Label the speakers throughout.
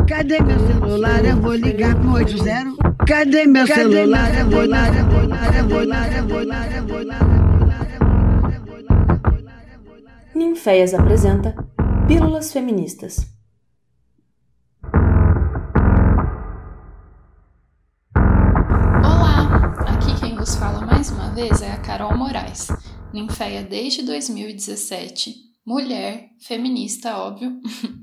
Speaker 1: Cadê meu celular? Eu vou ligar pro 80. Cadê meu celular? Eu vou lá.
Speaker 2: Ninféias apresenta Pílulas Feministas.
Speaker 3: Olá, aqui quem vos fala mais uma vez é a Carol Moraes, ninféia desde 2017, mulher, feminista, óbvio,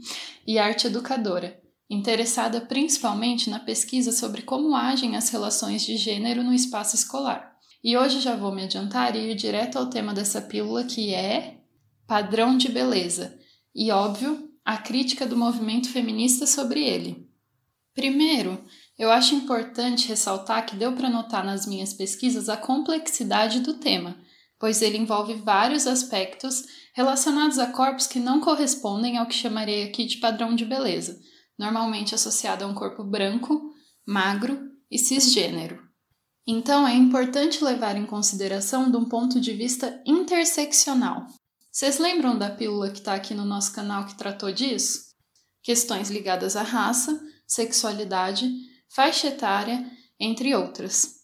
Speaker 3: e arte educadora, interessada principalmente na pesquisa sobre como agem as relações de gênero no espaço escolar. E hoje já vou me adiantar e ir direto ao tema dessa pílula, que é padrão de beleza, e óbvio, a crítica do movimento feminista sobre ele. Primeiro, eu acho importante ressaltar que deu para notar nas minhas pesquisas a complexidade do tema, pois ele envolve vários aspectos relacionados a corpos que não correspondem ao que chamarei aqui de padrão de beleza, normalmente associado a um corpo branco, magro e cisgênero. Então é importante levar em consideração de um ponto de vista interseccional. Vocês lembram da pílula que está aqui no nosso canal que tratou disso? Questões ligadas à raça, sexualidade, faixa etária, entre outras.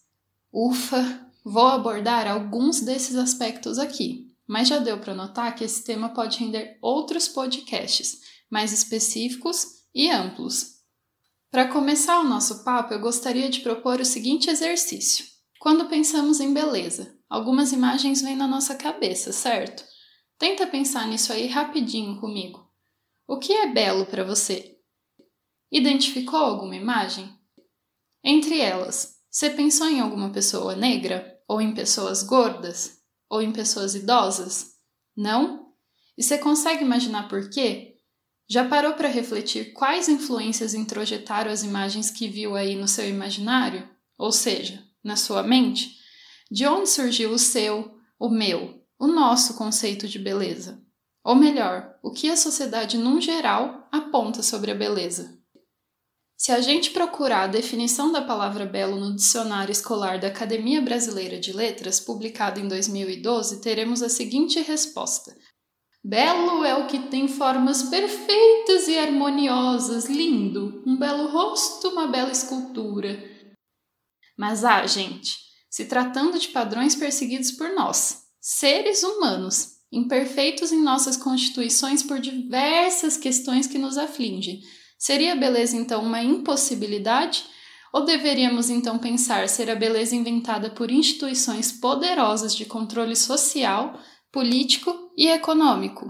Speaker 3: Ufa, vou abordar alguns desses aspectos aqui, mas já deu para notar que esse tema pode render outros podcasts, mais específicos e amplos. Para começar o nosso papo, eu gostaria de propor o seguinte exercício. Quando pensamos em beleza, algumas imagens vêm na nossa cabeça, certo? Tenta pensar nisso aí rapidinho comigo. O que é belo para você? Identificou alguma imagem? Entre elas, você pensou em alguma pessoa negra? Ou em pessoas gordas? Ou em pessoas idosas? Não? E você consegue imaginar por quê? Já parou para refletir quais influências introjetaram as imagens que viu aí no seu imaginário? Ou seja, na sua mente? De onde surgiu o seu, o meu, o nosso conceito de beleza? Ou melhor, o que a sociedade, num geral, aponta sobre a beleza? Se a gente procurar a definição da palavra belo no Dicionário Escolar da Academia Brasileira de Letras, publicado em 2012, teremos a seguinte resposta. Belo é o que tem formas perfeitas e harmoniosas, lindo, um belo rosto, uma bela escultura. Mas, gente, se tratando de padrões perseguidos por nós, seres humanos, imperfeitos em nossas constituições por diversas questões que nos afligem, seria a beleza então uma impossibilidade? Ou deveríamos então pensar ser a beleza inventada por instituições poderosas de controle social, político e econômico?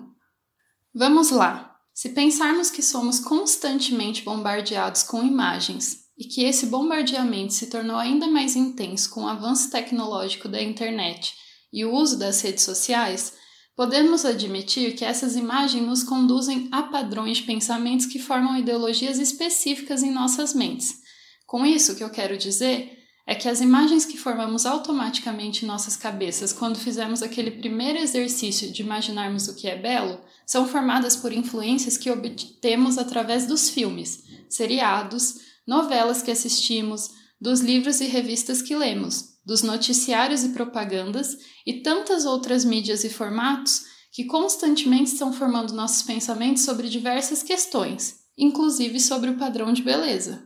Speaker 3: Vamos lá! Se pensarmos que somos constantemente bombardeados com imagens e que esse bombardeamento se tornou ainda mais intenso com o avanço tecnológico da internet e o uso das redes sociais, podemos admitir que essas imagens nos conduzem a padrões de pensamentos que formam ideologias específicas em nossas mentes. Com isso, o que eu quero dizer é que as imagens que formamos automaticamente em nossas cabeças quando fizemos aquele primeiro exercício de imaginarmos o que é belo são formadas por influências que obtemos através dos filmes, seriados, novelas que assistimos, dos livros e revistas que lemos, dos noticiários e propagandas e tantas outras mídias e formatos que constantemente estão formando nossos pensamentos sobre diversas questões, inclusive sobre o padrão de beleza.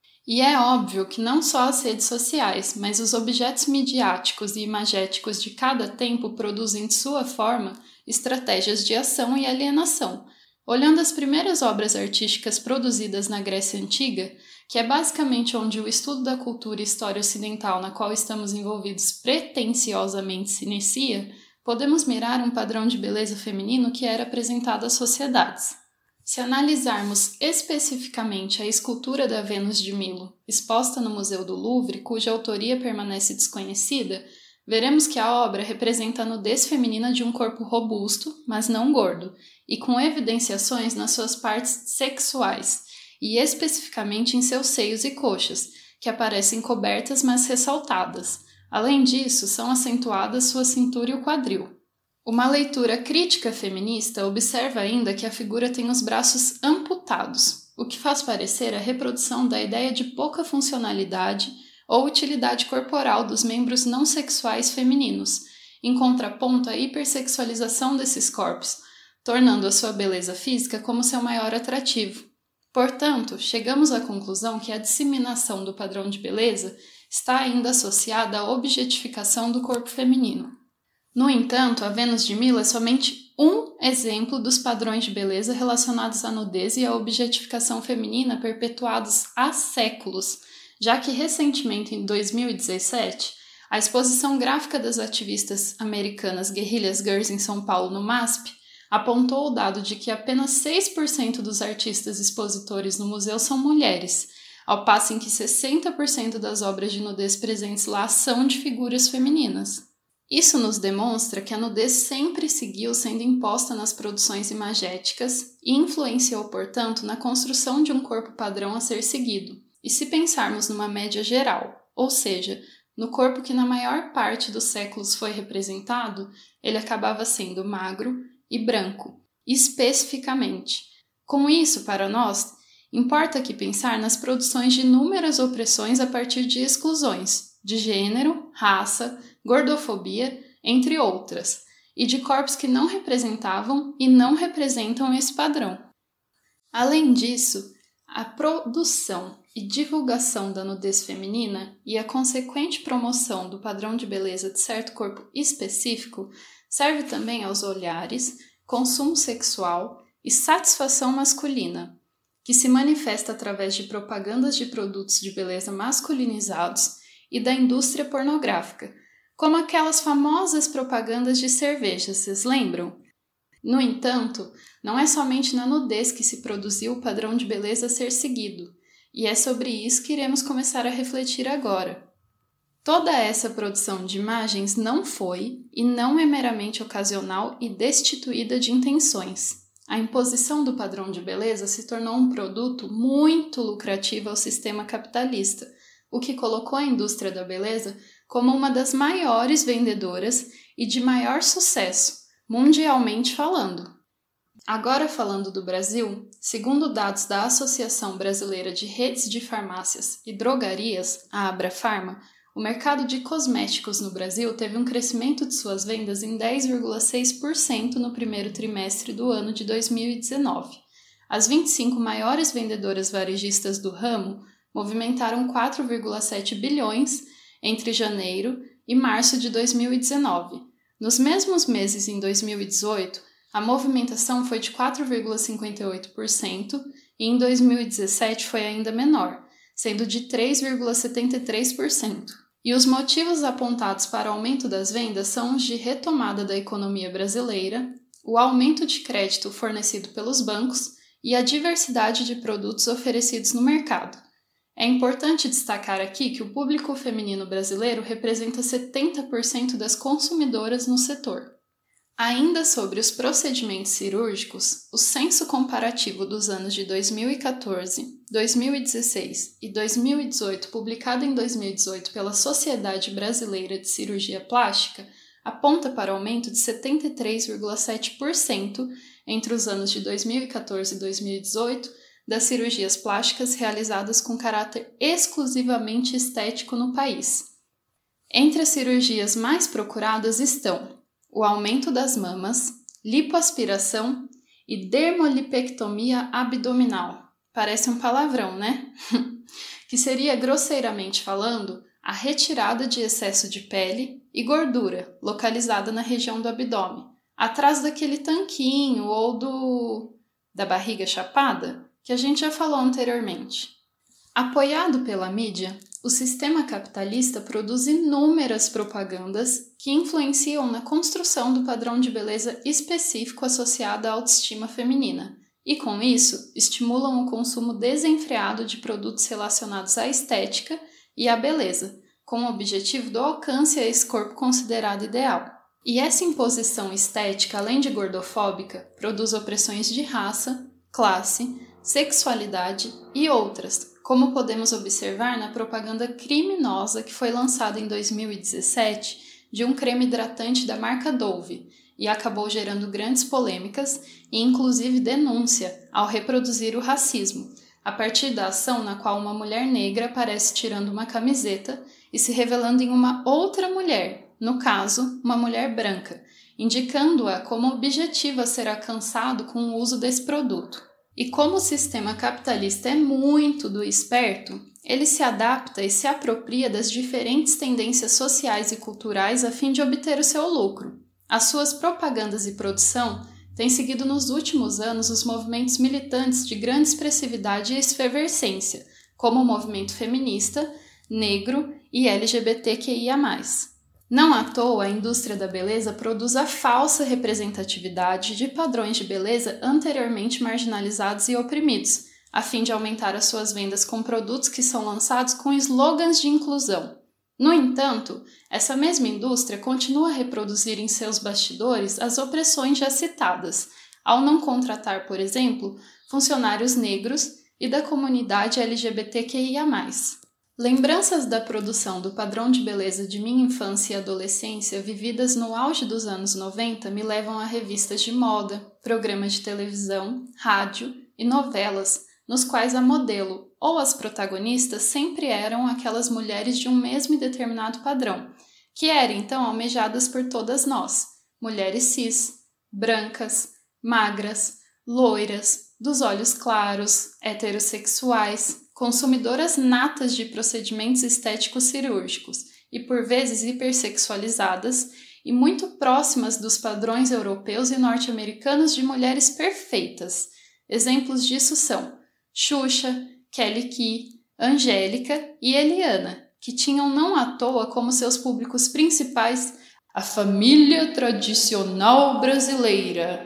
Speaker 3: E é óbvio que não só as redes sociais, mas os objetos midiáticos e imagéticos de cada tempo produzem de sua forma estratégias de ação e alienação. Olhando as primeiras obras artísticas produzidas na Grécia Antiga, que é basicamente onde o estudo da cultura e história ocidental na qual estamos envolvidos pretensiosamente se inicia, podemos mirar um padrão de beleza feminino que era apresentado às sociedades. Se analisarmos especificamente a escultura da Vênus de Milo, exposta no Museu do Louvre, cuja autoria permanece desconhecida, veremos que a obra representa a nudez feminina de um corpo robusto, mas não gordo, e com evidenciações nas suas partes sexuais, e especificamente em seus seios e coxas, que aparecem cobertas mas ressaltadas. Além disso, são acentuadas sua cintura e o quadril. Uma leitura crítica feminista observa ainda que a figura tem os braços amputados, o que faz parecer a reprodução da ideia de pouca funcionalidade ou utilidade corporal dos membros não sexuais femininos, em contraponto à hipersexualização desses corpos, tornando a sua beleza física como seu maior atrativo. Portanto, chegamos à conclusão que a disseminação do padrão de beleza está ainda associada à objetificação do corpo feminino. No entanto, a Vênus de Milo é somente um exemplo dos padrões de beleza relacionados à nudez e à objetificação feminina perpetuados há séculos, já que recentemente, em 2017, a exposição gráfica das ativistas americanas Guerrillas Girls em São Paulo, no MASP, apontou o dado de que apenas 6% dos artistas expositores no museu são mulheres, ao passo em que 60% das obras de nudez presentes lá são de figuras femininas. Isso nos demonstra que a nudez sempre seguiu sendo imposta nas produções imagéticas e influenciou, portanto, na construção de um corpo padrão a ser seguido. E se pensarmos numa média geral, ou seja, no corpo que na maior parte dos séculos foi representado, ele acabava sendo magro e branco, especificamente. Com isso, para nós, importa aqui pensar nas produções de inúmeras opressões a partir de exclusões, de gênero, raça, gordofobia, entre outras, e de corpos que não representavam e não representam esse padrão. Além disso, a produção e divulgação da nudez feminina e a consequente promoção do padrão de beleza de certo corpo específico serve também aos olhares, consumo sexual e satisfação masculina, que se manifesta através de propagandas de produtos de beleza masculinizados e da indústria pornográfica, como aquelas famosas propagandas de cerveja, vocês lembram? No entanto, não é somente na nudez que se produziu o padrão de beleza a ser seguido, e é sobre isso que iremos começar a refletir agora. Toda essa produção de imagens não foi e não é meramente ocasional e destituída de intenções. A imposição do padrão de beleza se tornou um produto muito lucrativo ao sistema capitalista, o que colocou a indústria da beleza como uma das maiores vendedoras e de maior sucesso, mundialmente falando. Agora falando do Brasil, segundo dados da Associação Brasileira de Redes de Farmácias e Drogarias, a Abrafarma, o mercado de cosméticos no Brasil teve um crescimento de suas vendas em 10,6% no primeiro trimestre do ano de 2019. As 25 maiores vendedoras varejistas do ramo movimentaram 4,7 bilhões entre janeiro e março de 2019. Nos mesmos meses em 2018, a movimentação foi de 4,58% e em 2017 foi ainda menor, sendo de 3,73%. E os motivos apontados para o aumento das vendas são os de retomada da economia brasileira, o aumento de crédito fornecido pelos bancos e a diversidade de produtos oferecidos no mercado. É importante destacar aqui que o público feminino brasileiro representa 70% das consumidoras no setor. Ainda sobre os procedimentos cirúrgicos, o censo comparativo dos anos de 2014, 2016 e 2018, publicado em 2018 pela Sociedade Brasileira de Cirurgia Plástica, aponta para aumento de 73,7% entre os anos de 2014 e 2018 das cirurgias plásticas realizadas com caráter exclusivamente estético no país. Entre as cirurgias mais procuradas estão o aumento das mamas, lipoaspiração e dermolipectomia abdominal. Parece um palavrão, né? Que seria, grosseiramente falando, a retirada de excesso de pele e gordura localizada na região do abdômen, atrás daquele tanquinho ou da barriga chapada, que a gente já falou anteriormente. Apoiado pela mídia, o sistema capitalista produz inúmeras propagandas que influenciam na construção do padrão de beleza específico associado à autoestima feminina e, com isso, estimulam o consumo desenfreado de produtos relacionados à estética e à beleza, com o objetivo do alcance a esse corpo considerado ideal. E essa imposição estética, além de gordofóbica, produz opressões de raça, classe, sexualidade e outras, como podemos observar na propaganda criminosa que foi lançada em 2017 de um creme hidratante da marca Dove e acabou gerando grandes polêmicas e inclusive denúncia ao reproduzir o racismo, a partir da ação na qual uma mulher negra aparece tirando uma camiseta e se revelando em uma outra mulher, no caso, uma mulher branca, indicando-a como objetivo a ser alcançado com o uso desse produto. E como o sistema capitalista é muito do esperto, ele se adapta e se apropria das diferentes tendências sociais e culturais a fim de obter o seu lucro. As suas propagandas e produção têm seguido nos últimos anos os movimentos militantes de grande expressividade e efervescência, como o movimento feminista, negro e LGBTQIA+. Não à toa, a indústria da beleza produz a falsa representatividade de padrões de beleza anteriormente marginalizados e oprimidos, a fim de aumentar as suas vendas com produtos que são lançados com slogans de inclusão. No entanto, essa mesma indústria continua a reproduzir em seus bastidores as opressões já citadas, ao não contratar, por exemplo, funcionários negros e da comunidade LGBTQIA+. Lembranças da produção do padrão de beleza de minha infância e adolescência vividas no auge dos anos 90 me levam a revistas de moda, programas de televisão, rádio e novelas, nos quais a modelo ou as protagonistas sempre eram aquelas mulheres de um mesmo e determinado padrão, que eram então almejadas por todas nós, mulheres cis, brancas, magras, loiras, dos olhos claros, heterossexuais, consumidoras natas de procedimentos estéticos cirúrgicos e por vezes hipersexualizadas e muito próximas dos padrões europeus e norte-americanos de mulheres perfeitas. Exemplos disso são Xuxa, Kelly Key, Angélica e Eliana, que tinham não à toa como seus públicos principais a família tradicional brasileira.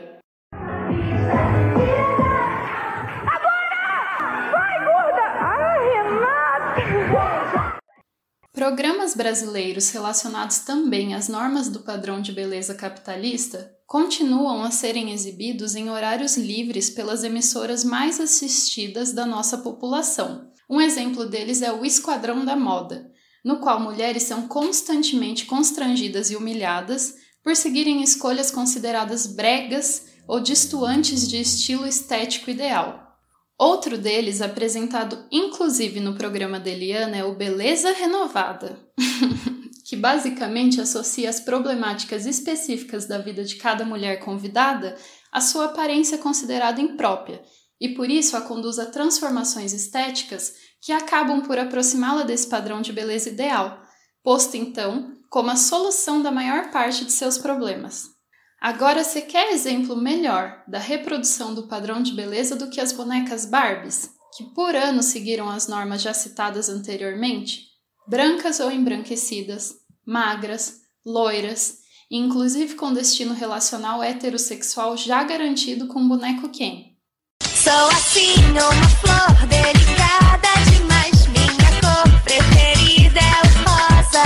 Speaker 3: Programas brasileiros relacionados também às normas do padrão de beleza capitalista continuam a serem exibidos em horários livres pelas emissoras mais assistidas da nossa população. Um exemplo deles é o Esquadrão da Moda, no qual mulheres são constantemente constrangidas e humilhadas por seguirem escolhas consideradas bregas ou destoantes de estilo estético ideal. Outro deles, apresentado inclusive no programa da Eliana, é o Beleza Renovada, que basicamente associa as problemáticas específicas da vida de cada mulher convidada à sua aparência considerada imprópria, e por isso a conduz a transformações estéticas que acabam por aproximá-la desse padrão de beleza ideal, posto então como a solução da maior parte de seus problemas. Agora, você quer exemplo melhor da reprodução do padrão de beleza do que as bonecas Barbies, que por anos seguiram as normas já citadas anteriormente? Brancas ou embranquecidas, magras, loiras, e inclusive com destino relacional heterossexual já garantido com o boneco Ken.
Speaker 4: Sou assim, uma flor delicada demais, minha cor preferida é o rosa.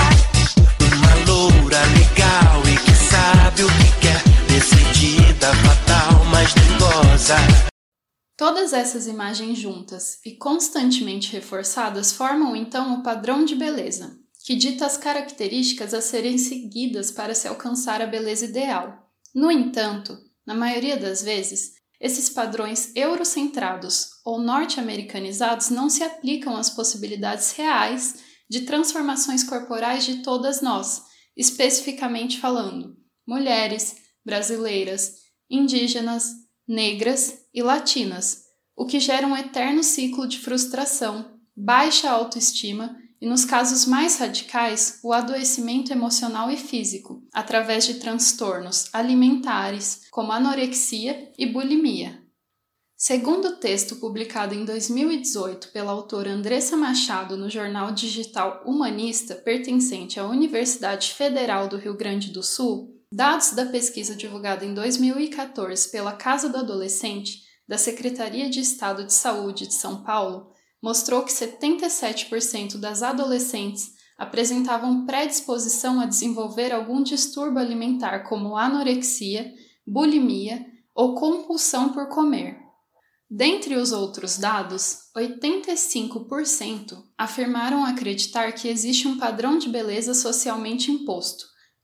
Speaker 5: Uma loura legal e que sabe o que quer, decidida, fatal, mas dengosa.
Speaker 3: Todas essas imagens juntas e constantemente reforçadas formam então o padrão de beleza, que dita as características a serem seguidas para se alcançar a beleza ideal. No entanto, na maioria das vezes, esses padrões eurocentrados ou norte-americanizados não se aplicam às possibilidades reais de transformações corporais de todas nós, especificamente falando, mulheres, brasileiras, indígenas, negras e latinas, o que gera um eterno ciclo de frustração, baixa autoestima e, nos casos mais radicais, o adoecimento emocional e físico, através de transtornos alimentares, como anorexia e bulimia. Segundo o texto publicado em 2018 pela autora Andressa Machado no jornal digital Humanista, pertencente à Universidade Federal do Rio Grande do Sul, dados da pesquisa divulgada em 2014 pela Casa do Adolescente, da Secretaria de Estado de Saúde de São Paulo, mostrou que 77% das adolescentes apresentavam predisposição a desenvolver algum distúrbio alimentar, como anorexia, bulimia ou compulsão por comer. Dentre os outros dados, 85% afirmaram acreditar que existe um padrão de beleza socialmente imposto,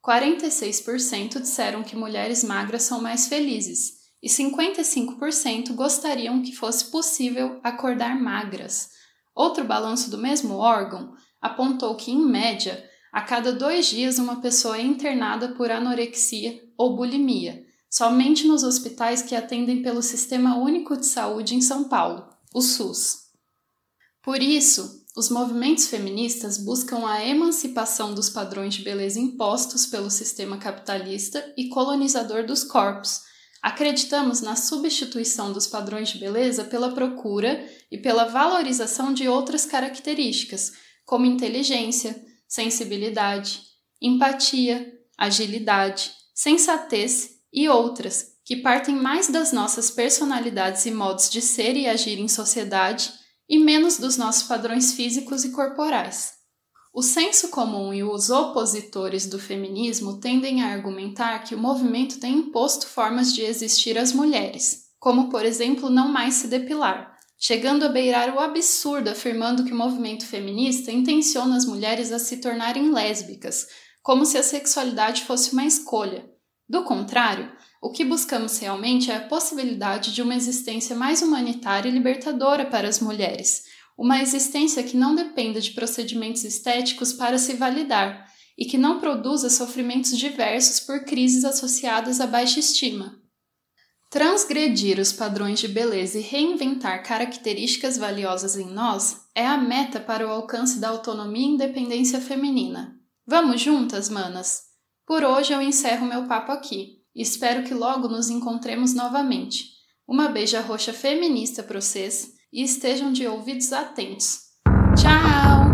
Speaker 3: 46% disseram que mulheres magras são mais felizes, e 55% gostariam que fosse possível acordar magras. Outro balanço do mesmo órgão apontou que, em média, a cada 2 dias uma pessoa é internada por anorexia ou bulimia, somente nos hospitais que atendem pelo Sistema Único de Saúde em São Paulo, o SUS. Por isso, os movimentos feministas buscam a emancipação dos padrões de beleza impostos pelo sistema capitalista e colonizador dos corpos. Acreditamos na substituição dos padrões de beleza pela procura e pela valorização de outras características, como inteligência, sensibilidade, empatia, agilidade, sensatez e outras, que partem mais das nossas personalidades e modos de ser e agir em sociedade e menos dos nossos padrões físicos e corporais. O senso comum e os opositores do feminismo tendem a argumentar que o movimento tem imposto formas de existir às mulheres, como, por exemplo, não mais se depilar, chegando a beirar o absurdo afirmando que o movimento feminista intenciona as mulheres a se tornarem lésbicas, como se a sexualidade fosse uma escolha. Do contrário, o que buscamos realmente é a possibilidade de uma existência mais humanitária e libertadora para as mulheres, uma existência que não dependa de procedimentos estéticos para se validar e que não produza sofrimentos diversos por crises associadas à baixa estima. Transgredir os padrões de beleza e reinventar características valiosas em nós é a meta para o alcance da autonomia e independência feminina. Vamos juntas, manas? Por hoje eu encerro meu papo aqui. Espero que logo nos encontremos novamente. Uma beija roxa feminista para vocês e estejam de ouvidos atentos. Tchau!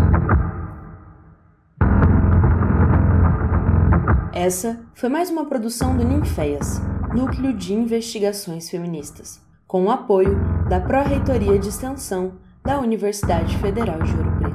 Speaker 2: Essa foi mais uma produção do Ninféias, Núcleo de Investigações Feministas, com o apoio da Pró-Reitoria de Extensão da Universidade Federal de Ouro Preto.